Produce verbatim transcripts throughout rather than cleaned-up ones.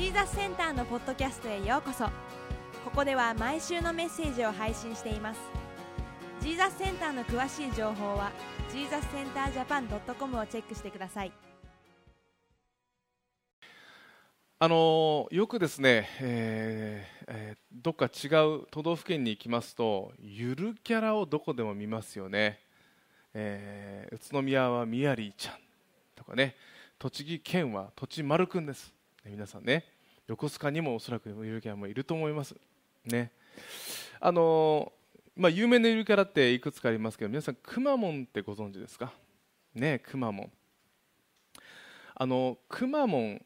ジーザスセンターのポッドキャストへようこそ。ここでは毎週のメッセージを配信しています。ジーザスセンターの詳しい情報は ジーザスセンタージャパンドットコム をチェックしてください。 あのよくですね、えーえーどっか違う都道府県に行きますとゆるキャラをどこでも見ますよね。えー宇都宮はみやりーちゃんとかね、栃木県はとちまるくんです、ね、皆さんね、横須賀にもおそらくゆるキャラもいると思いますね。あのまあ、有名なゆるキャラっていくつかありますけど、皆さんくまモンってご存知ですかね。くまモン、あのくまモン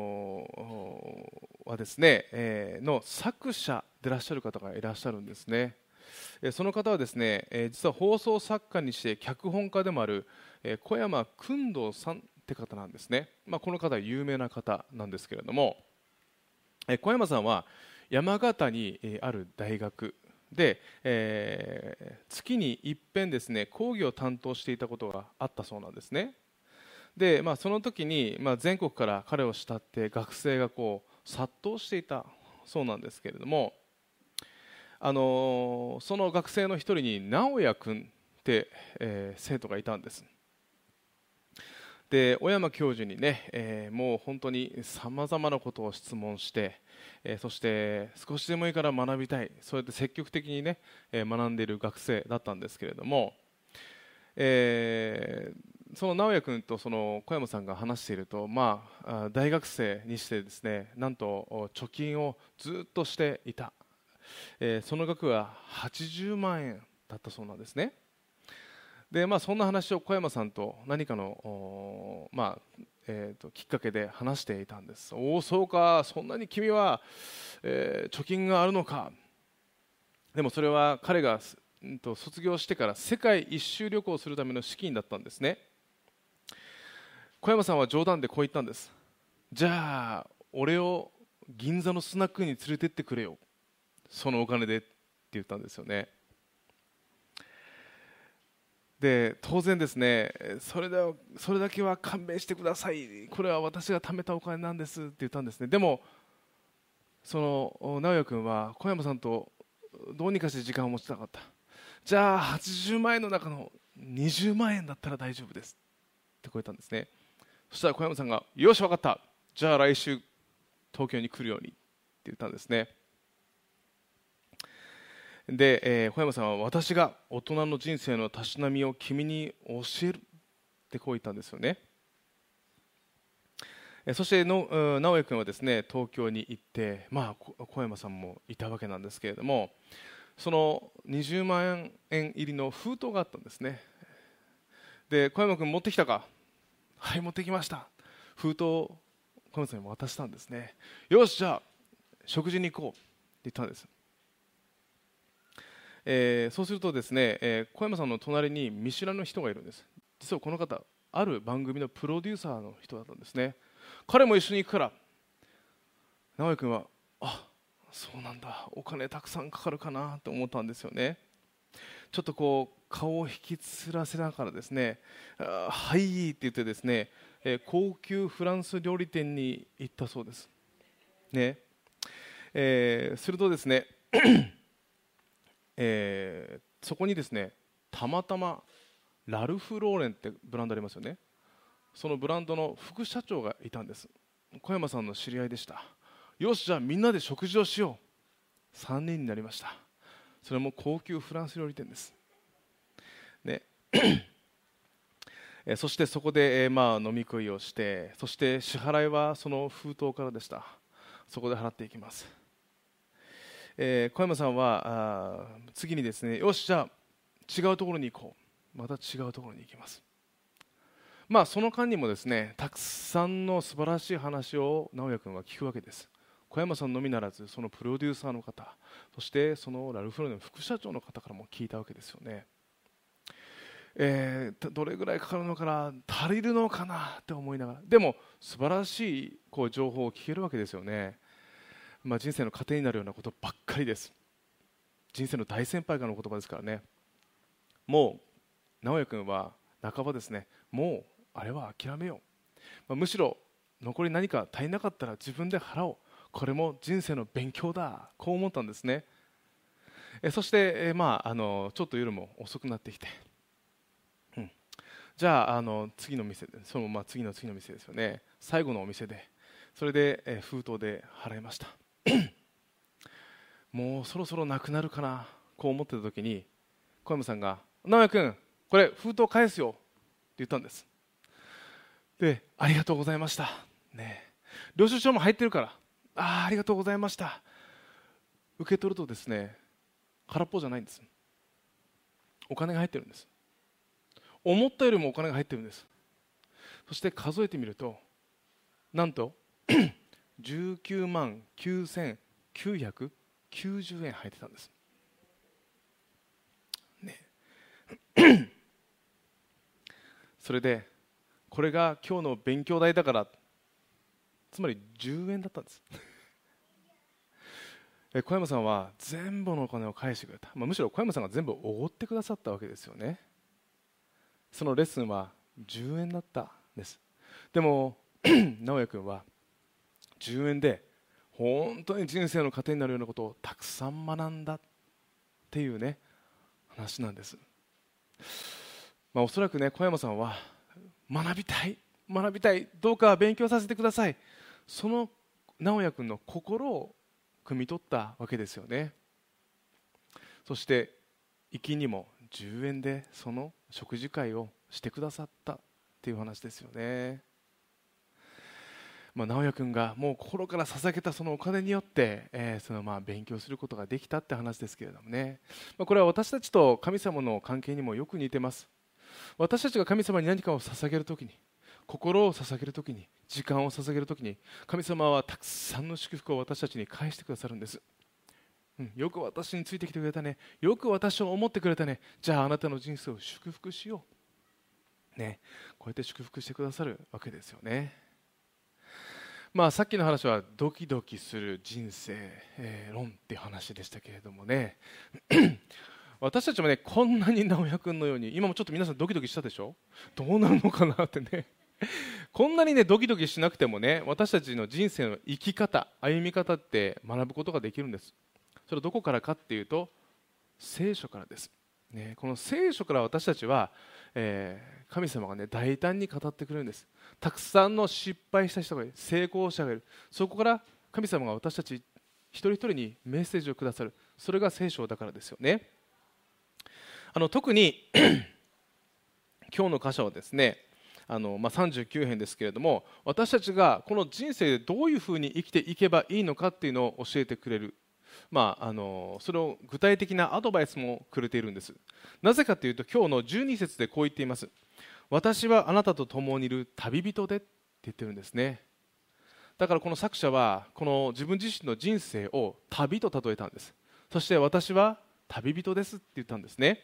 はですね、えーの作者でいらっしゃる方がいらっしゃるんですね。えーその方はですね、えー実は放送作家にして脚本家でもある、えー小山薫堂さんって方なんですね。まあ、この方は有名な方なんですけれども、えー小山さんは山形に、えーある大学で、えー月に一遍ですね講義を担当していたことがあったそうなんですね。で、まあ、その時に、まあ、全国から彼を慕って学生がこう殺到していたそうなんですけれども、あのーその学生の一人に直哉君って、えー生徒がいたんです。で小山教授にね、えーもう本当にさまざまなことを質問して、えーそして少しでもいいから学びたい、そうやって積極的にね、えー学んでいる学生だったんですけれども、えーその直哉君とその小山さんが話していると、まあ、あ大学生にしてですね、なんとお貯金をずっとしていた、えーその額ははちじゅうまんえんだったそうなんですね。で、まあ、そんな話を小山さんと何かの、おまあえーときっかけで話していたんです。おお、そうか、そんなに君は、えー貯金があるのか。でもそれは彼が、うんと卒業してから世界一周旅行をするための資金だったんですね。小山さんは冗談でこう言ったんです。じゃあ俺を銀座のスナックに連れてってくれよ、そのお金でって言ったんですよね。で当然ですね、それだそれだけは勘弁してください、これは私が貯めたお金なんですって言ったんですね。でもその直哉君は小山さんとどうにかして時間を持ちたかった。じゃあはちじゅうまんえんの中のにじゅうまんえんだったら大丈夫ですってこう言ったんですね。そしたら小山さんがよし分かった、じゃあ来週東京に来るようにって言ったんですね。で、えー小山さんは私が大人の人生のたしなみを君に教えるってこう言ったんですよね。えーそしてのうん直哉君はですね東京に行って、まあ、こ小山さんもいたわけなんですけれども、そのにじゅうまんえん入りの封筒があったんですね。で小山君持ってきたか。はい、持ってきました。封筒を小山さんに渡したんですね。よし、じゃあ食事に行こうって言ったんです。えーそうするとですね、えー小山さんの隣に見知らぬ人がいるんです。実はこの方ある番組のプロデューサーの人だったんですね。彼も一緒に行くから。直哉君はあ、そうなんだ、お金たくさんかかるかなと思ったんですよね。ちょっとこう顔を引きつらせながらですね、あはいって言ってですね、えー高級フランス料理店に行ったそうですね。えーするとですね、えーそこにですねたまたまラルフ・ローレンってブランドありますよね。そのブランドの副社長がいたんです。小山さんの知り合いでした。よし、じゃあみんなで食事をしよう。さんにんになりました。それも高級フランス料理店です、ね。えーそしてそこで、えーまあ、飲み食いをして、そして支払いはその封筒からでした。そこで払っていきます。えー小山さんはあー次にですね、よし、じゃあ違うところに行こう、また違うところに行きます。まあその間にもですねたくさんの素晴らしい話を直哉君は聞くわけです。小山さんのみならずそのプロデューサーの方、そしてそのラルフローレンの副社長の方からも聞いたわけですよね。えーどれぐらいかかるのかな、足りるのかなって思いながら、でも素晴らしいこう情報を聞けるわけですよね。まあ、人生の糧になるようなことばっかりです。人生の大先輩からの言葉ですからね。もう直哉君は半ばですね、もうあれは諦めよう、まあ、むしろ残り何か足りなかったら自分で払おう、 これも人生の勉強だ、こう思ったんですね。えそして、えまあ、あのちょっと夜も遅くなってきて、うん、じゃあ、あの次の店でその、まあ、次の次の店ですよね、最後のお店でそれで、え封筒で払いましたもうそろそろなくなるかな、こう思ってた時に小山さんが、直哉君これ封筒返すよって言ったんです。で、ありがとうございました、ね、領収書も入ってるから、ああありがとうございました。受け取るとですね、空っぽじゃないんです。お金が入ってるんです。思ったよりもお金が入ってるんです。そして数えてみると、なんとじゅうきゅうまんきゅうせんきゅうひゃくきゅうじゅうえん入ってたんです、ね、それでこれが今日の勉強代だから、つまりじゅうえんだったんです小山さんは全部のお金を返してくれた、まあ、むしろ小山さんが全部おごってくださったわけですよね。そのレッスンはじゅうえんだったんです。でも直哉君はじゅうえんで本当に人生の糧になるようなことをたくさん学んだっていうね、話なんです。まあ、おそらくね、小山さんは学びたい学びたい、どうか勉強させてください、その直哉君の心を汲み取ったわけですよね。そして行きにもじゅうえんでその食事会をしてくださったっていう話ですよね。まあ、直哉君がもう心から捧げたそのお金によって、えー、そのまあ勉強することができたって話ですけれどもね、まあ、これは私たちと神様の関係にもよく似てます。私たちが神様に何かを捧げるときに、心を捧げるときに、時間を捧げるときに、神様はたくさんの祝福を私たちに返してくださるんです。うん、よく私についてきてくれたね、よく私を思ってくれたね、じゃああなたの人生を祝福しよう、ね、こうやって祝福してくださるわけですよね。まあ、さっきの話はドキドキする人生、えー、論っていう話でしたけれどもね私たちもね、こんなに直哉君のように、今もちょっと皆さんドキドキしたでしょ、どうなるのかなってねこんなにねドキドキしなくてもね、私たちの人生の生き方、歩み方って学ぶことができるんです。それはどこからかっていうと、聖書からです、ね、この聖書から私たちは、えー、神様がね大胆に語ってくれるんです。たくさんの失敗した人がいる、成功者がいる、そこから神様が私たち一人一人にメッセージをくださる、それが聖書だからですよね。あの特に今日の箇所はですね、あの、まあ、さんじゅうきゅうへんですけれども、私たちがこの人生でどういうふうに生きていけばいいのかっていうのを教えてくれる、まあ、あのそれを具体的なアドバイスもくれているんです。なぜかというと、今日のじゅうに節でこう言っています。私はあなたと共にいる旅人でって言ってるんですね。だからこの作者はこの自分自身の人生を旅と例えたんです。そして私は旅人ですって言ったんですね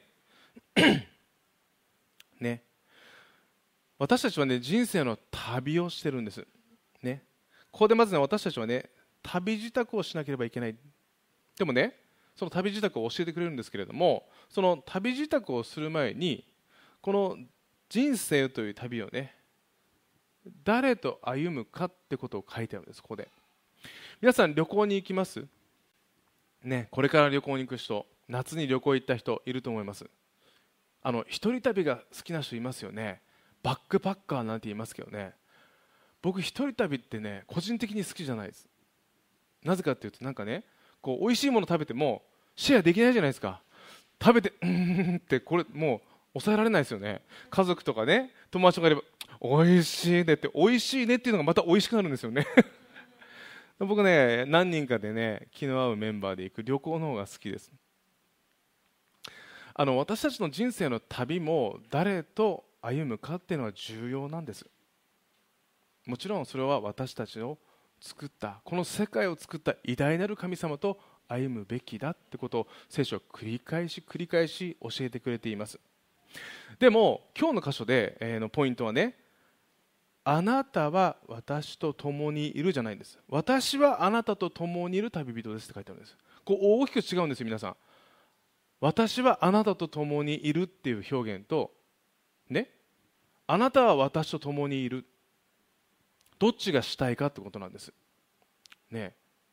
ね、私たちはね人生の旅をしてるんです、ね、ここでまずね、私たちはね旅支度をしなければいけない。でもね、その旅支度を教えてくれるんですけれども、その旅支度をする前に、この人生という旅をね、誰と歩むかってことを書いてあるんです。ここで皆さん旅行に行きますね。これから旅行に行く人、夏に旅行行った人いると思います。あの一人旅が好きな人いますよね。バックパッカーなんて言いますけどね、僕一人旅ってね個人的に好きじゃないです。なぜかっていうと、なんかね、こう美味しいもの食べてもシェアできないじゃないですか。食べてうーんってこれもう抑えられないですよね。家族とかね、友達とかいれば美味しいねって、美味しいねっていうのがまた美味しくなるんですよね僕ね、何人かでね気の合うメンバーで行く旅行の方が好きです。あの私たちの人生の旅も誰と歩むかっていうのは重要なんです。もちろんそれは私たちを作った、この世界を作った偉大なる神様と歩むべきだってことを聖書は繰り返し繰り返し教えてくれています。でも今日の箇所で、えー、のポイントはね、あなたは私と共にいるじゃないんです。私はあなたと共にいる旅人ですって書いてあるんです。こう大きく違うんですよ。皆さん、私はあなたと共にいるっていう表現とね、あなたは私と共にいる、どっちがしたいかってことなんですね。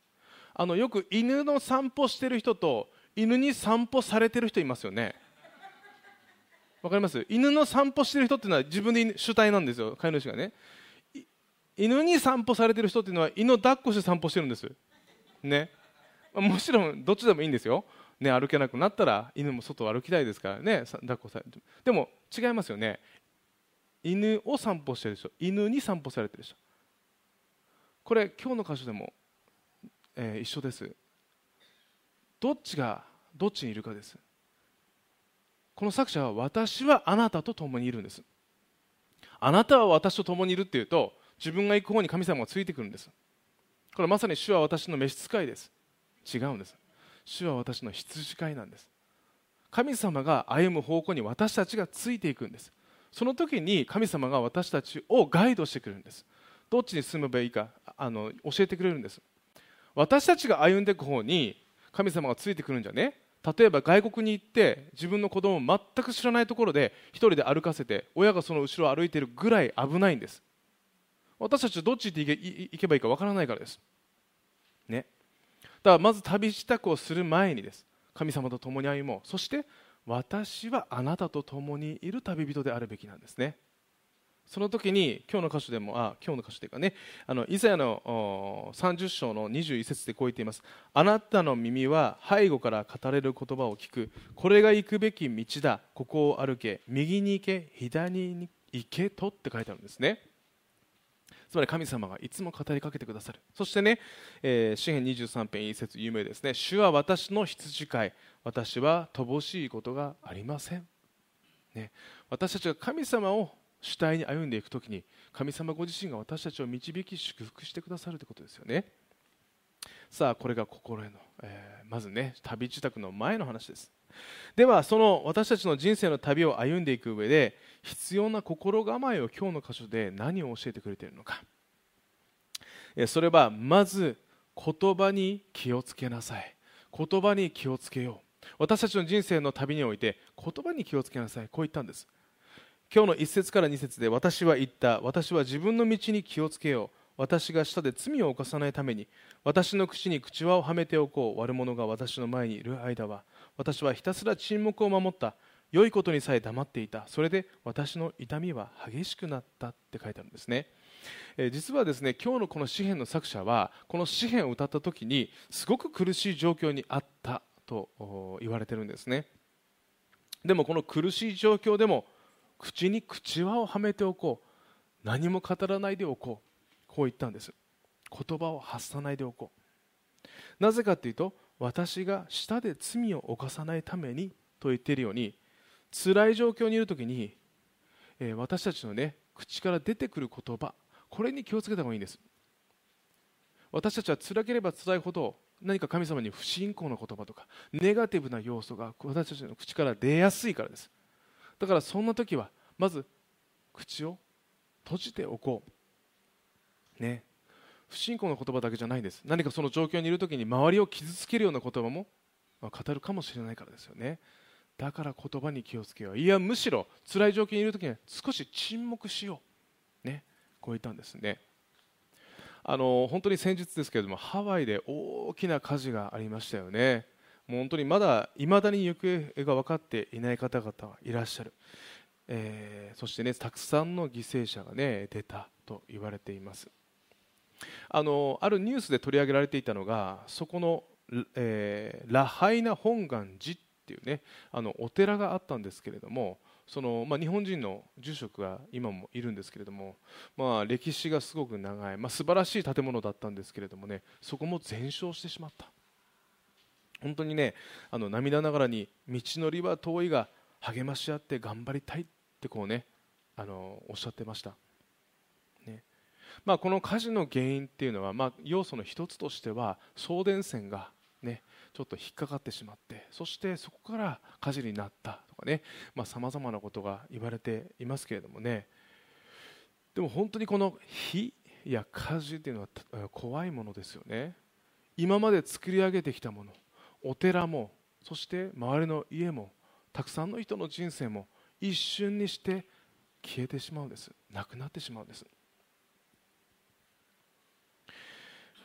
あのよく犬の散歩してる人と犬に散歩されてる人いますよね。わかります？犬の散歩してる人っていうのは自分で主体なんですよ、飼い主がね。犬に散歩されてる人っていうのは犬を抱っこして散歩してるんですね。もちろんどっちでもいいんですよ、ね、歩けなくなったら犬も外を歩きたいですからね、抱っこされて。でも違いますよね。犬を散歩してる人、犬に散歩されてる人、これ今日の箇所でも、えー、一緒です。どっちがどっちにいるかです。この作者は私はあなたと共にいるんです。あなたは私と共にいるっていうと自分が行く方に神様がついてくるんです。これまさに主は私の召使いです。違うんです。主は私の羊飼いなんです。神様が歩む方向に私たちがついていくんです。その時に神様が私たちをガイドしてくれるんです。どっちに進めばいいかあの教えてくれるんです。私たちが歩んでいく方に神様がついてくるんじゃね。例えば外国に行って自分の子供を全く知らないところで一人で歩かせて親がその後ろを歩いているぐらい危ないんです。私たちはどっちに行け、行けばいいかわからないからです、ね、だからまず旅支度をする前にです、神様と共に歩もう。そして私はあなたと共にいる旅人であるべきなんですね。その時に今日の箇所でもあ今日の箇所というかね、あのイザヤのさんじゅっ章のにじゅういち節でこう言っています。あなたの耳は背後から語れる言葉を聞く。これが行くべき道だ。ここを歩け。右に行け。左に行けとって書いてあるんですね。つまり神様がいつも語りかけてくださる。そしてね、えー、詩編にじゅうさん編いち節有名ですね。主は私の羊飼い。私は乏しいことがありません、ね、私たちが神様を主体に歩んでいくときに神様ご自身が私たちを導き祝福してくださるということですよね。さあこれが心への、えー、まずね旅支度の前の話です。ではその私たちの人生の旅を歩んでいく上で必要な心構えを今日の箇所で何を教えてくれているのか。それはまず言葉に気をつけなさい。言葉に気をつけよう。私たちの人生の旅において言葉に気をつけなさい、こう言ったんです。今日のいち節からに節で私は言った。私は自分の道に気をつけよう。私が舌で罪を犯さないために私の口に口輪をはめておこう。悪者が私の前にいる間は私はひたすら沈黙を守った。良いことにさえ黙っていた。それで私の痛みは激しくなったって書いてあるんですね。えー、実はですね今日のこの詩篇の作者はこの詩篇を歌った時にすごく苦しい状況にあったと言われているんですね。でもこの苦しい状況でも口に口輪をはめておこう。何も語らないでおこう。こう言ったんです。言葉を発さないでおこう。なぜかというと私が舌で罪を犯さないためにと言っているように辛い状況にいるときに、えー、私たちのね口から出てくる言葉、これに気をつけた方がいいんです。私たちは辛ければ辛いほど何か神様に不信仰な言葉とかネガティブな要素が私たちの口から出やすいからです。だからそんな時はまず口を閉じておこう、ね、不信仰の言葉だけじゃないんです。何かその状況にいる時に周りを傷つけるような言葉も語るかもしれないからですよね。だから言葉に気をつけよう。いやむしろ辛い状況にいる時には少し沈黙しよう、ね、こう言ったんですね。あの本当に先日ですけれどもハワイで大きな火事がありましたよね。もう本当にまだ未だに行方が分かっていない方々はいらっしゃる、えー、そしてねたくさんの犠牲者がね出たと言われています。あのあるニュースで取り上げられていたのがそこの、えー、ラハイナ本願寺っていうねあのお寺があったんですけれども、その、まあ、日本人の住職が今もいるんですけれども、まあ、歴史がすごく長い、まあ、素晴らしい建物だったんですけれどもねそこも全焼してしまった。本当にねあの涙ながらに道のりは遠いが励まし合って頑張りたいってこうねあのおっしゃってました、ね。まあ、この火事の原因っていうのは、まあ、要素の一つとしては送電線がねちょっと引っかかってしまってそしてそこから火事になったとかねさまざまなことが言われていますけれどもね。でも本当にこの火や火事っていうのは怖いものですよね。今まで作り上げてきたもの、お寺もそして周りの家もたくさんの人の人生も一瞬にして消えてしまうんです。なくなってしまうんです。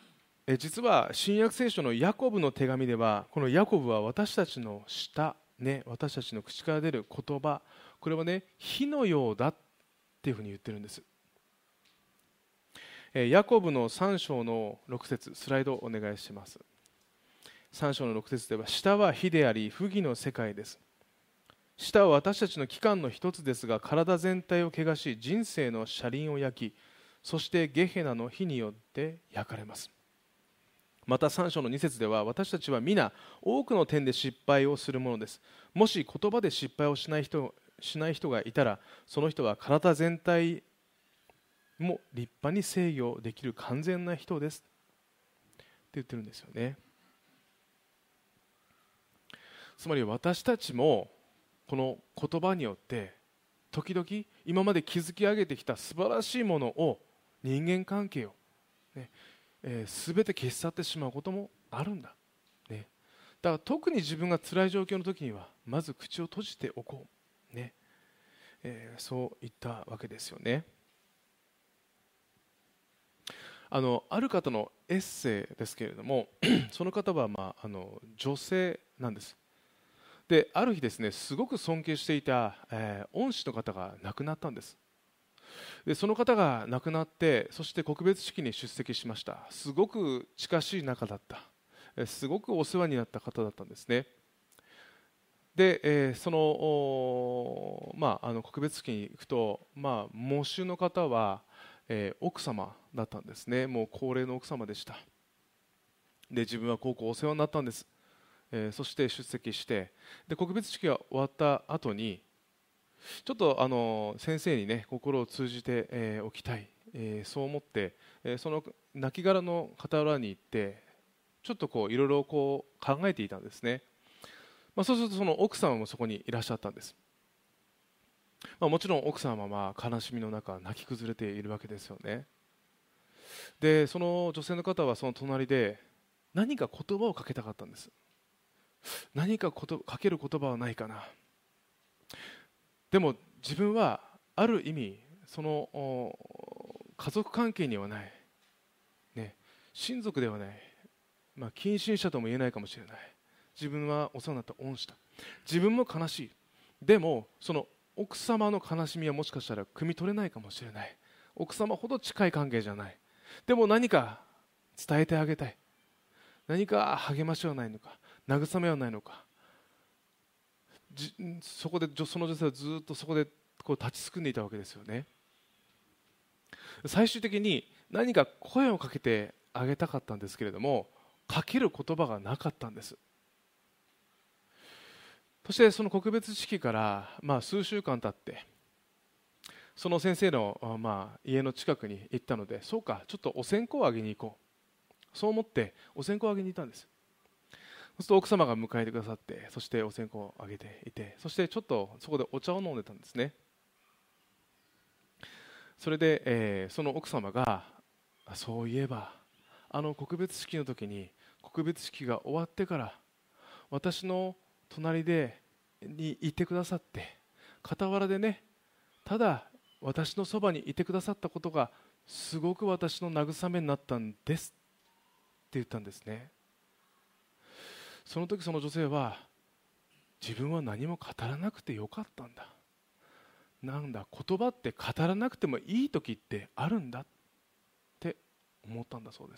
え実は新約聖書のヤコブの手紙では、このヤコブは私たちの舌、ね、私たちの口から出る言葉、これはね、火のようだっていうふうに言ってるんです。えヤコブのさん章のろく節、スライドお願いします。さん章のろく節では、舌は火であり不義の世界です。舌は私たちの器官の一つですが、体全体を汚し、人生の車輪を焼き、そしてゲヘナの火によって焼かれます。またさん章のに節では、私たちは皆多くの点で失敗をするものです。もし言葉で失敗をしない人、しない人がいたら、その人は体全体も立派に制御できる完全な人ですって言ってるんですよね。つまり私たちもこの言葉によって時々今まで築き上げてきた素晴らしいものを、人間関係を、ねえー、全て消し去ってしまうこともあるんだ、ね、だから特に自分が辛い状況の時にはまず口を閉じておこう、ねえー、そう言ったわけですよね。あのある方のエッセイですけれどもその方は、まあ、あの女性なんです。である日ですね、すごく尊敬していた、えー、恩師の方が亡くなったんです。でその方が亡くなって、そして告別式に出席しました。すごく近しい仲だった、えー、すごくお世話になった方だったんですね。で、えー、その、まあ、あの告別式に行くと、まあ、喪主の方は、えー、奥様だったんですね。もう高齢の奥様でした。で自分は高校お世話になったんです。えー、そして出席して、で告別式が終わった後に、ちょっとあの先生にね心を通じて、えー、おきたい、えー、そう思って、えー、その亡骸の傍らに行って、ちょっとこういろいろこう考えていたんですね。まあ、そうするとその奥様もそこにいらっしゃったんです。まあ、もちろん奥様はまあ悲しみの中泣き崩れているわけですよね。でその女性の方はその隣で何か言葉をかけたかったんです。何かことかける言葉はないかな。でも自分はある意味その家族関係にはない、ね、親族ではない、まあ、近親者とも言えないかもしれない。自分はお世話になった恩師だ。自分も悲しい。でもその奥様の悲しみはもしかしたら汲み取れないかもしれない。奥様ほど近い関係じゃない。でも何か伝えてあげたい。何か励ましはないのか、慰めはないのか。じそこでその女性はずっとそこでこう立ちすくんでいたわけですよね。最終的に何か声をかけてあげたかったんですけれども、かける言葉がなかったんです。そしてその告別式から、まあ、数週間経って、その先生の、まあ、家の近くに行ったので、そうかちょっとお線香をあげに行こう、そう思ってお線香をあげに行ったんです。そうすると奥様が迎えてくださって、そしてお線香をあげていて、そしてちょっとそこでお茶を飲んでたんですね。それで、えー、その奥様が、そういえばあの告別式の時に、告別式が終わってから私の隣でにいてくださって、傍らでね、ただ私のそばにいてくださったことがすごく私の慰めになったんですって言ったんですね。その時その女性は、自分は何も語らなくてよかったんだ、なんだ言葉って語らなくてもいい時ってあるんだって思ったんだそうです。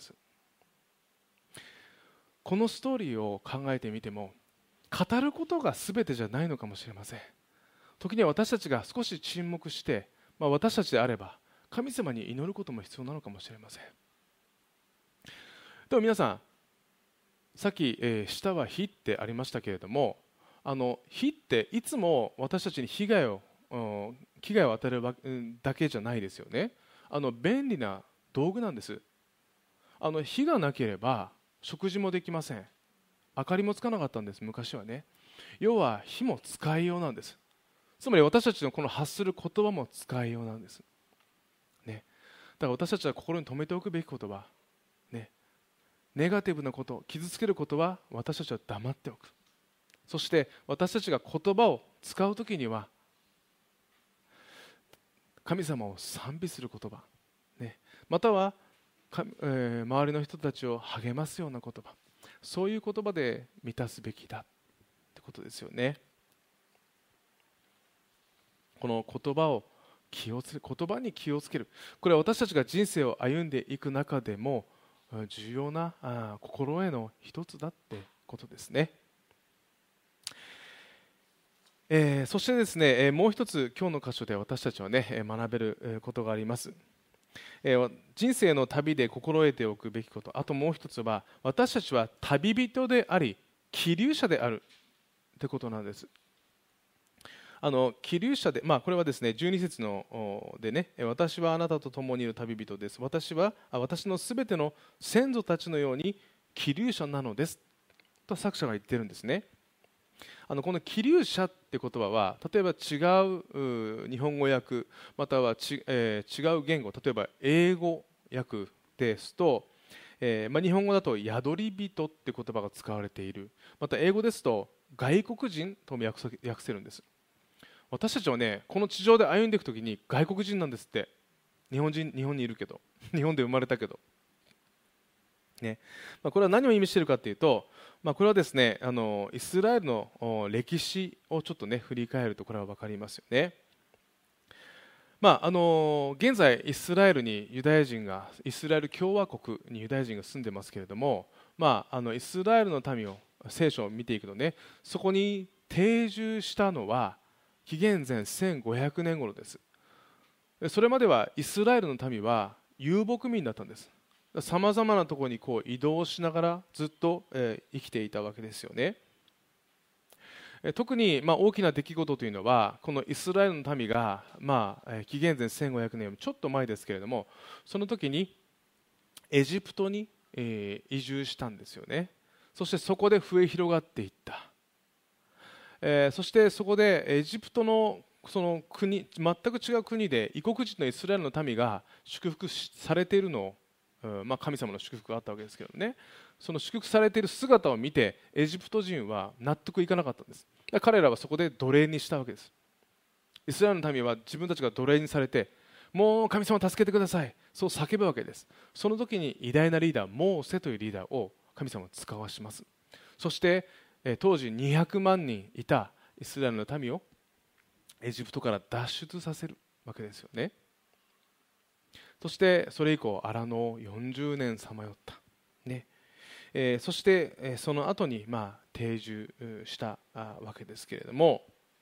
このストーリーを考えてみても、語ることが全てじゃないのかもしれません。時には私たちが少し沈黙して、まあ、私たちであれば神様に祈ることも必要なのかもしれません。でも皆さん、さっき、えー、舌は火ってありましたけれども、あの火っていつも私たちに被害を、うん、危害を与えるわだけじゃないですよね。あの便利な道具なんです。あの火がなければ食事もできません。明かりもつかなかったんです、昔はね。要は火も使いようなんです。つまり私たちのこの発する言葉も使いようなんです、ね、だから私たちは心に留めておくべきことは、ね、ネガティブなこと、傷つけることは私たちは黙っておく。そして私たちが言葉を使うときには、神様を賛美する言葉、ね、またはか、えー周りの人たちを励ますような言葉、そういう言葉で満たすべきだってことですよね。この言葉を気をつけ言葉に気をつける、これは私たちが人生を歩んでいく中でもうん重要なあ心得の一つだってことですね。えーそしてですね、えーもう一つ今日の箇所で私たちはね、えー学べるえーことがあります。えー人生の旅で心得ておくべきこと、あともう一つは、私たちは旅人であり寄留者であるってことなんです。あの寄留者で、まあ、これはですねじゅうに節のおでね、えー私はあなたと共にいる旅人です、私はあ私のすべての先祖たちのように寄留者なのですと作者が言ってるんですね。あのこの寄留者って言葉は、例えば違うう日本語訳、またはち、えー違う言語、例えば英語訳ですと、えーまあ、日本語だと宿り人って言葉が使われている、また英語ですと外国人とも訳せ訳せるんです。私たちはね、この地上で歩んでいくときに外国人なんですって。日本人、日本にいるけど、日本で生まれたけどね。まあ、これは何を意味しているかというと、まあ、これはですね、あのイスラエルのお歴史をちょっとね振り返るとこれは分かりますよね。まああの現在イスラエルにユダヤ人が、イスラエル共和国にユダヤ人が住んでますけれども、まあ、あのイスラエルの民を聖書を見ていくとね、そこに定住したのは紀元前せんごひゃくねん頃です。それまではイスラエルの民は遊牧民だったんです。さまざまなところにこう移動しながらずっと、えー生きていたわけですよね。えー特に、まあ、大きな出来事というのは、このイスラエルの民が、まあ、えー紀元前せんごひゃくねんよりちょっと前ですけれども、その時にエジプトに、えー移住したんですよね。そしてそこで増え広がっていった。えーそしてそこでエジプトのその国、全く違う国で異国人のイスラエルの民が祝福されているのを、うんまあ、神様の祝福があったわけですけどね、その祝福されている姿を見てエジプト人は納得いかなかったんです。だから彼らはそこで奴隷にしたわけです。イスラエルの民は自分たちが奴隷にされて、もう神様助けてください、そう叫ぶわけです。その時に偉大なリーダーモーセというリーダーを神様は使わします。そしてえー当時にひゃくまんにんいたイスラエルの民をエジプトから脱出させるわけですよね。そしてそれ以降荒野をよんじゅうねんさまよった、ねえーそして、えーその後にまあ定住うしたあわけですけれども、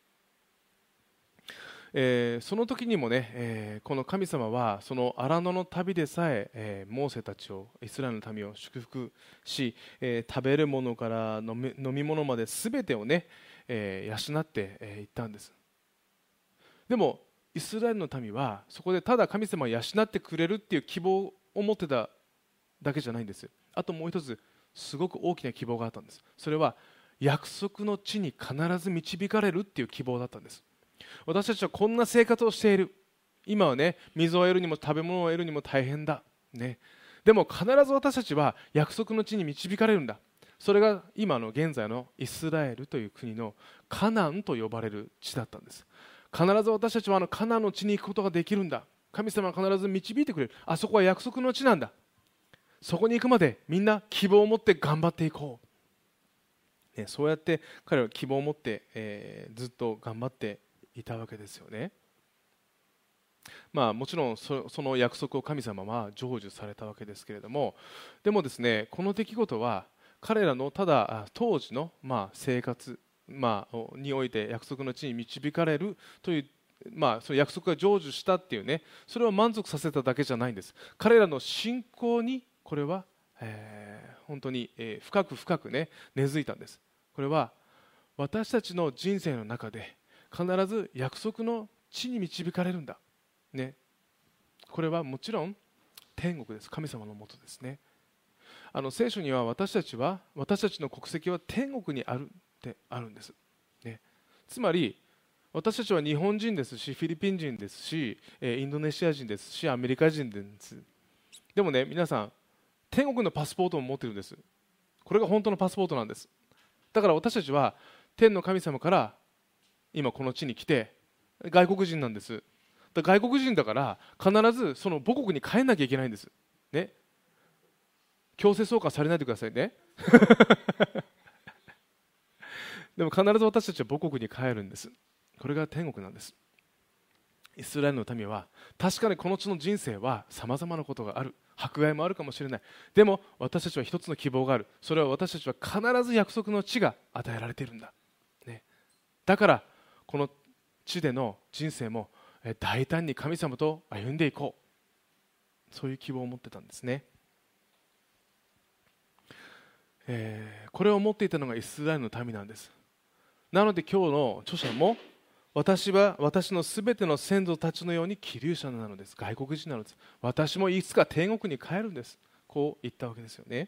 えーその時にもね、えーこの神様はその荒野の旅でさええーモーセたちを、イスラエルの民を祝福し、えー食べるものから飲み飲み物まで全てをね、えー養ってえーいったんです。でもイスラエルの民はそこでただ神様を養ってくれるっていう希望を持ってただけじゃないんです。あともう一つすごく大きな希望があったんです。それは約束の地に必ず導かれるっていう希望だったんです。私たちはこんな生活をしている、今はね水を得るにも食べ物を得るにも大変だ、ね、でも必ず私たちは約束の地に導かれるんだ。それが今の現在のイスラエルという国のカナンと呼ばれる地だったんです。必ず私たちはあのカナンの地に行くことができるんだ、神様は必ず導いてくれる、あそこは約束の地なんだ、そこに行くまでみんな希望を持って頑張っていこう、ね、そうやって彼らは希望を持って、えーずっと頑張っていたわけですよね。まあ、もちろん そ, その約束を神様は成就されたわけですけれども、でもですねこの出来事は彼らのただ当時のまあ生活、まあ、において約束の地に導かれるという、まあ、その約束が成就したっていうね、それを満足させただけじゃないんです。彼らの信仰にこれは、えー本当に、えー深く深くね根付いたんです。これは私たちの人生の中で必ず約束の地に導かれるんだ、ね、これはもちろん天国です。神様のもとですね。あの聖書には私たちは私たちの国籍は天国にあるってあるんです、ね、つまり私たちは日本人ですし、フィリピン人ですし、えーインドネシア人ですし、アメリカ人です。でもね皆さん天国のパスポートを持っているんです。これが本当のパスポートなんです。だから私たちは天の神様から今この地に来て外国人なんです。だから外国人だから必ずその母国に帰んなきゃいけないんです、ね、 強制送還されないでくださいねでも必ず私たちは母国に帰るんです。これが天国なんです。イスラエルの民は確かにこの地の人生はさまざまなことがある、迫害もあるかもしれない。でも私たちは一つの希望がある。それは私たちは必ず約束の地が与えられているんだ、ね、だからこの地での人生も大胆に神様と歩んでいこう、そういう希望を持ってたんですね。えー、これを持っていたのがイスラエルの民なんです。なので今日の著者も、私は私のすべての先祖たちのように寄留者なのです、外国人なのです、私もいつか天国に帰るんです、こう言ったわけですよね。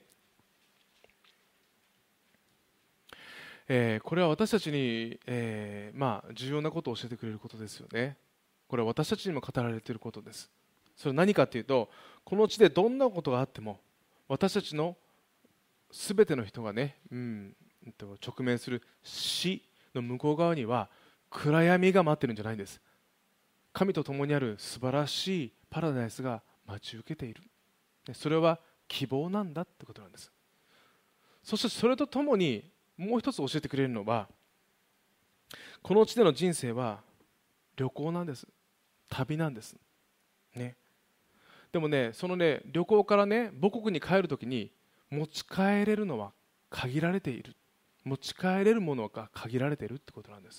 えー、これは私たちに、えーまあ、重要なことを教えてくれることですよね。これは私たちにも語られていることです。それは何かというと、この地でどんなことがあっても私たちのすべての人がね、うん、直面する死の向こう側には暗闇が待ってるんじゃないんです。神と共にある素晴らしいパラダイスが待ち受けている。それは希望なんだってことなんです。そしてそれとともにもう一つ教えてくれるのは、この地での人生は旅行なんです。旅なんです、ね、でもね、そのね、旅行からね、母国に帰るときに持ち帰れるのは限られている。持ち帰れるものが限られているってことなんです。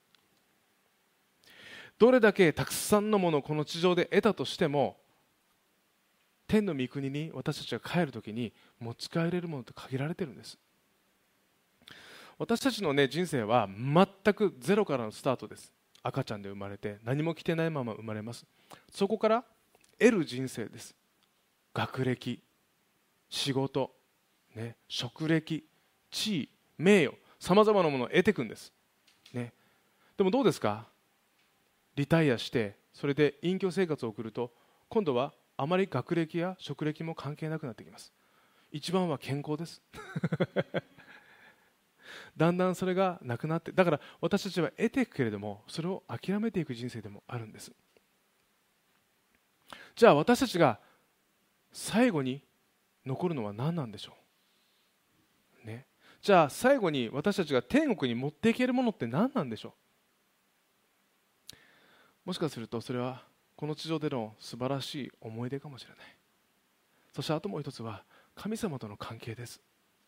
どれだけたくさんのものをこの地上で得たとしても、天の御国に私たちが帰るときに持ち帰れるものって限られているんです。私たちの、ね、人生は全くゼロからのスタートです。赤ちゃんで生まれて何も着てないまま生まれます。そこから得る人生です。学歴、仕事、ね、職歴、地位、名誉、さまざまなものを得ていくんです、ね、でもどうですか、リタイアしてそれで隠居生活を送ると、今度はあまり学歴や職歴も関係なくなってきます。一番は健康ですだんだんそれがなくなって、だから私たちは得ていくけれども、それを諦めていく人生でもあるんです。じゃあ私たちが最後に残るのは何なんでしょう、ね、じゃあ最後に私たちが天国に持っていけるものって何なんでしょう。もしかするとそれはこの地上での素晴らしい思い出かもしれない。そしてあともう一つは神様との関係です。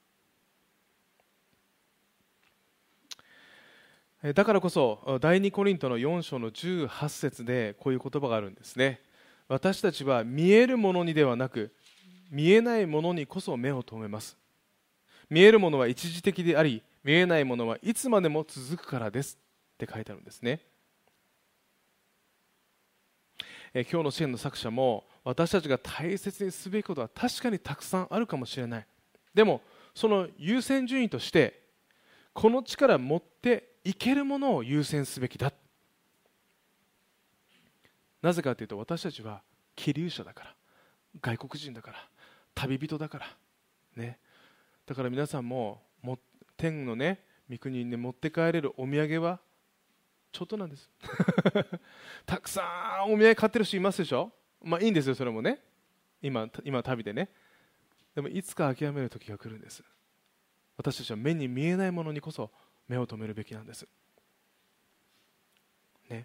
だからこそ第二コリントのよん章のじゅうはち節でこういう言葉があるんですね。私たちは見えるものにではなく見えないものにこそ目を留めます。見えるものは一時的であり、見えないものはいつまでも続くからですって書いてあるんですね。え今日の詩篇の作者も、私たちが大切にすべきことは確かにたくさんあるかもしれない。でもその優先順位としてこの力を持っていけるものを優先すべきだ。なぜかというと、私たちは寄留者だから、外国人だから、旅人だから、ね、だから皆さんも、も天のね御国に、ね、持って帰れるお土産はちょっとなんですたくさんお土産買ってる人いますでしょ。まあいいんですよ、それもね、今今旅でね。でもいつか諦める時が来るんです。私たちは目に見えないものにこそ目を留めるべきなんです、ね。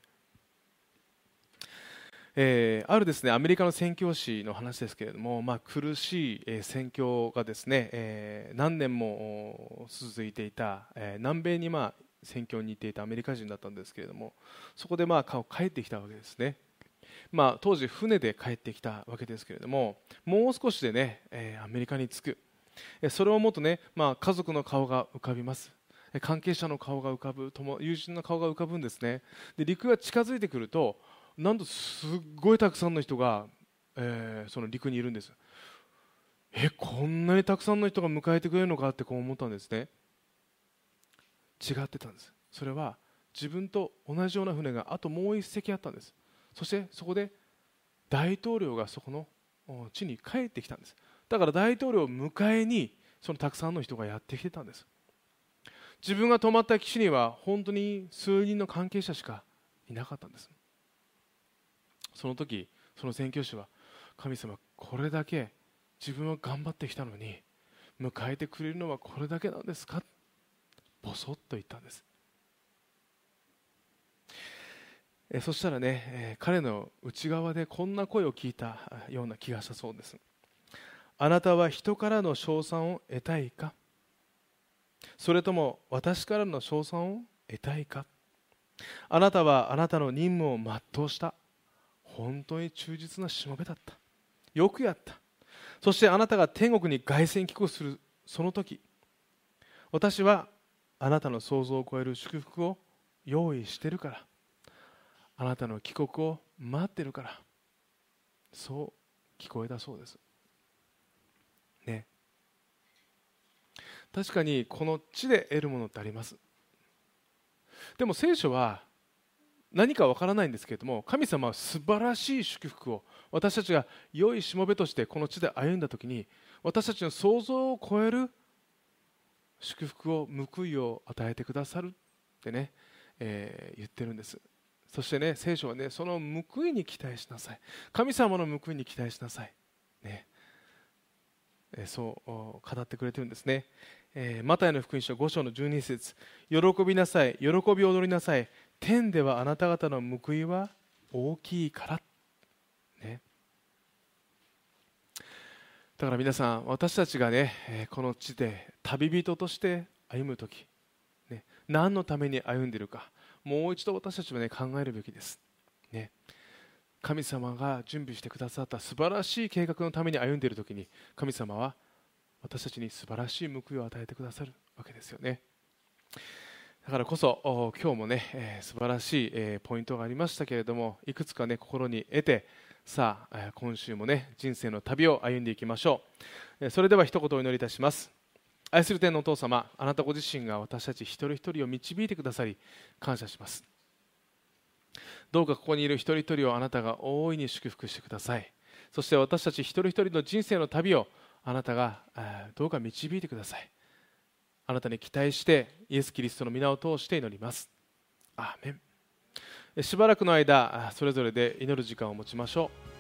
えー、あるですねアメリカの宣教師の話ですけれども、まあ、苦しい、えー、宣教がですね、えー、何年も続いていた、えー、南米に、まあ、宣教に行っていたアメリカ人だったんですけれども、そこで、まあ、帰ってきたわけですね。まあ、当時船で帰ってきたわけですけれども、もう少しでね、えー、アメリカに着く。それを思うとね、まあ、家族の顔が浮かびます。関係者の顔が浮かぶ、友友人の顔が浮かぶんですね。で陸が近づいてくると、なんとすっごいたくさんの人が、えー、その陸にいるんです。えこんなにたくさんの人が迎えてくれるのかってこう思ったんですね。違ってたんです。それは自分と同じような船があともう一隻あったんです。そしてそこで大統領がそこの地に帰ってきたんです。だから大統領を迎えにそのたくさんの人がやってきてたんです。自分が泊まった岸には本当に数人の関係者しかいなかったんです。その時その宣教師は、神様これだけ自分は頑張ってきたのに迎えてくれるのはこれだけなんですか、ボソッと言ったんです。えそしたらね、え彼の内側でこんな声を聞いたような気がしたそうです。あなたは人からの称賛を得たいか、それとも私からの称賛を得たいか。あなたはあなたの任務を全うした。本当に忠実なしもべだった。よくやった。そしてあなたが天国に凱旋帰国するその時、私はあなたの想像を超える祝福を用意しているから、あなたの帰国を待っているから、そう聞こえたそうですね。確かにこの地で得るものってあります。でも聖書は何かわからないんですけれども、神様は素晴らしい祝福を私たちが良いしもべとしてこの地で歩んだときに、私たちの想像を超える祝福を、報いを与えてくださるってね、えー、言ってるんです。そしてね、聖書はね、その報いに期待しなさい。神様の報いに期待しなさい、ね、えー、そう語ってくれてるんですね。えー、マタイの福音書ご章のじゅうに節、喜びなさい、喜び踊りなさい、天ではあなた方の報いは大きいから、ね、だから皆さん、私たちがね、この地で旅人として歩むとき、ね、何のために歩んでいるか、もう一度私たちはね、考えるべきです、ね、神様が準備してくださった素晴らしい計画のために歩んでいるときに、神様は私たちに素晴らしい報いを与えてくださるわけですよね。だからこそ今日もね、えー、素晴らしい、えー、ポイントがありましたけれども、いくつかね、心に得て、さあ、えー、今週もね、人生の旅を歩んでいきましょう。えー、それでは一言お祈りいたします。愛する天のお父様、あなたご自身が私たち一人一人を導いてくださり感謝します。どうかここにいる一人一人をあなたが大いに祝福してください。そして私たち一人一人の人生の旅をあなたが、えー、どうか導いてください。あなたに期待してイエス・キリストの皆を通して祈ります。アーメン。しばらくの間それぞれで祈る時間を持ちましょう。